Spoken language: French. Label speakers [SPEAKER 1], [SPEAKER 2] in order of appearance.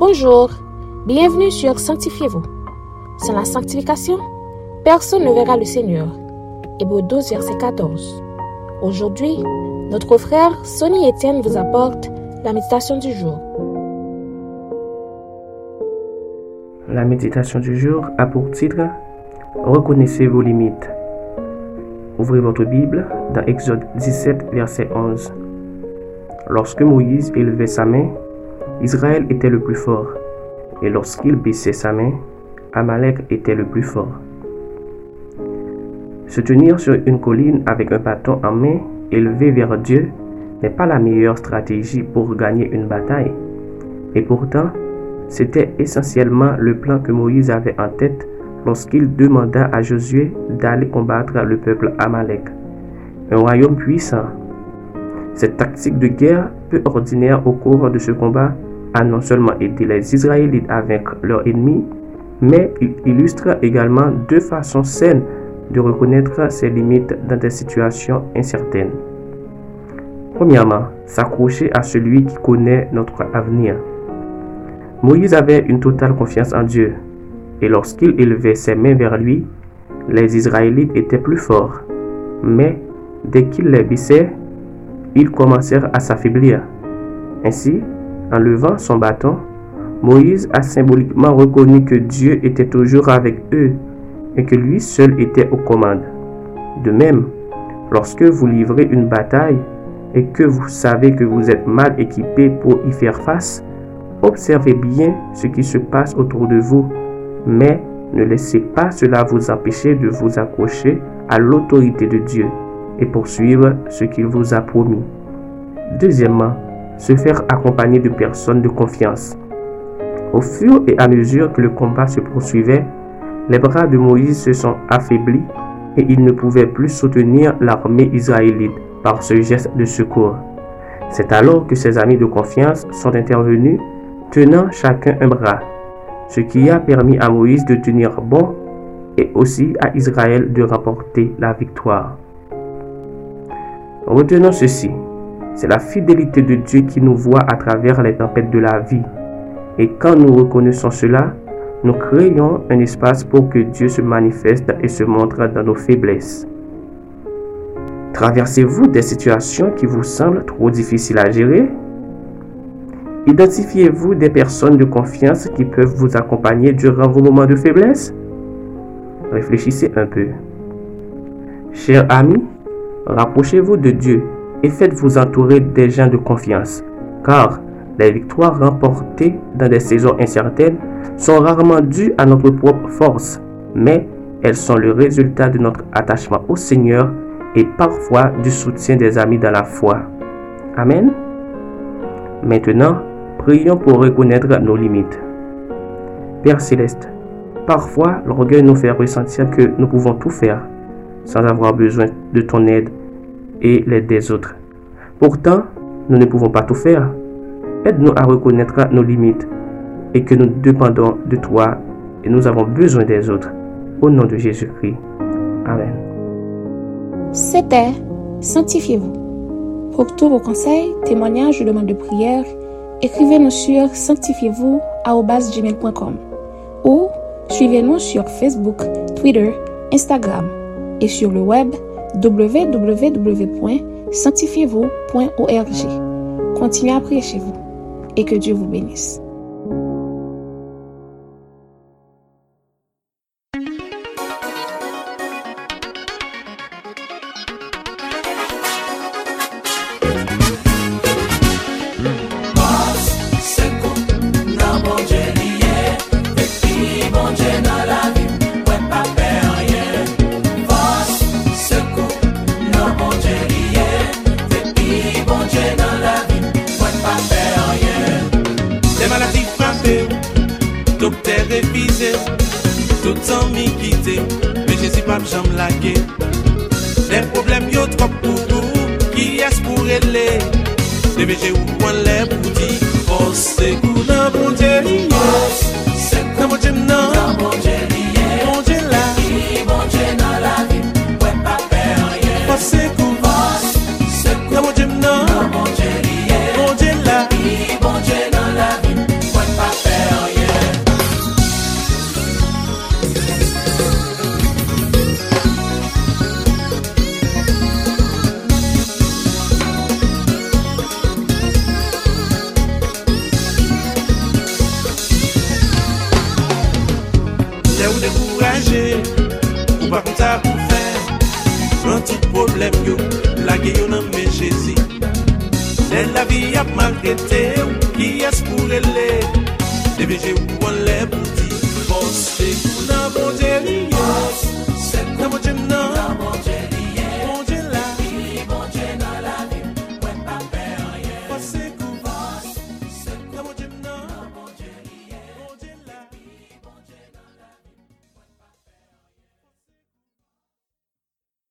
[SPEAKER 1] Bonjour, bienvenue sur Sanctifiez-vous. Sans la sanctification, personne ne verra le Seigneur. Hébreux 12, verset 14. Aujourd'hui, notre frère Sonny Etienne vous apporte la méditation du jour.
[SPEAKER 2] La méditation du jour a pour titre « Reconnaissez vos limites ». Ouvrez votre Bible dans Exode 17, verset 11. Lorsque Moïse élevait sa main, Israël était le plus fort, et lorsqu'il baissait sa main, Amalek était le plus fort. Se tenir sur une colline avec un bâton en main élevé vers Dieu n'est pas la meilleure stratégie pour gagner une bataille. Et pourtant, c'était essentiellement le plan que Moïse avait en tête lorsqu'il demanda à Josué d'aller combattre le peuple Amalek, un royaume puissant. Cette tactique de guerre peu ordinaire au cours de ce combat a non seulement aidé les Israélites à vaincre leurs ennemis, mais il illustre également deux façons saines de reconnaître ses limites dans des situations incertaines. Premièrement, s'accrocher à celui qui connaît notre avenir. Moïse avait une totale confiance en Dieu, et lorsqu'il élevait ses mains vers lui, les Israélites étaient plus forts. Mais dès qu'il les baissait, ils commencèrent à s'affaiblir. Ainsi, en levant son bâton, Moïse a symboliquement reconnu que Dieu était toujours avec eux et que lui seul était aux commandes. De même, lorsque vous livrez une bataille et que vous savez que vous êtes mal équipé pour y faire face, observez bien ce qui se passe autour de vous, mais ne laissez pas cela vous empêcher de vous accrocher à l'autorité de Dieu et poursuivre ce qu'il vous a promis. Deuxièmement, se faire accompagner de personnes de confiance. Au fur et à mesure que le combat se poursuivait, les bras de Moïse se sont affaiblis et il ne pouvait plus soutenir l'armée israélite par ce geste de secours. C'est alors que ses amis de confiance sont intervenus, tenant chacun un bras, ce qui a permis à Moïse de tenir bon et aussi à Israël de remporter la victoire. Retenons ceci, c'est la fidélité de Dieu qui nous voit à travers les tempêtes de la vie. Et quand nous reconnaissons cela, nous créons un espace pour que Dieu se manifeste et se montre dans nos faiblesses. Traversez-vous des situations qui vous semblent trop difficiles à gérer? Identifiez-vous des personnes de confiance qui peuvent vous accompagner durant vos moments de faiblesse? Réfléchissez un peu. Chers amis, rapprochez-vous de Dieu et faites-vous entourer des gens de confiance, car les victoires remportées dans des saisons incertaines sont rarement dues à notre propre force, mais elles sont le résultat de notre attachement au Seigneur et parfois du soutien des amis dans la foi. Amen. Maintenant, prions pour reconnaître nos limites. Père Céleste, parfois l'orgueil nous fait ressentir que nous pouvons tout faire sans avoir besoin de ton aide et l'aide des autres. Pourtant, nous ne pouvons pas tout faire. Aide-nous à reconnaître nos limites et que nous dépendons de toi et nous avons besoin des autres. Au nom de Jésus-Christ. Amen.
[SPEAKER 1] C'était Sanctifiez-vous. Pour tous vos conseils, témoignages ou demandes de prière, écrivez-nous sur sanctifiez-vous@gmail.com ou suivez-nous sur Facebook, Twitter, Instagram et sur le web www.sanctifiez-vous.org. Continuez à prier chez vous et que Dieu vous bénisse.
[SPEAKER 3] Docteur révisé, tout sans m'y quitter, mais Jésus pas jamais lagué. Les problèmes yo trop pour nous, qui est pour aller? Les BG ou point les pour dire, oh c'est coup dans mon Dieu, c'est dans mon Dieu non, mon Dieu là, mon Dieu dans la vie, ouais pas faire rien. Oh c'est coup dans mon Dieu non, mon Dieu là, mon Dieu dans la vie, ouais pas faire. tout ça pour faire. Prends tout problème yo, blague yo nan men Jésus. La vie a maltraité, qui est-ce pour elle? DBG ou on l'a pour dire,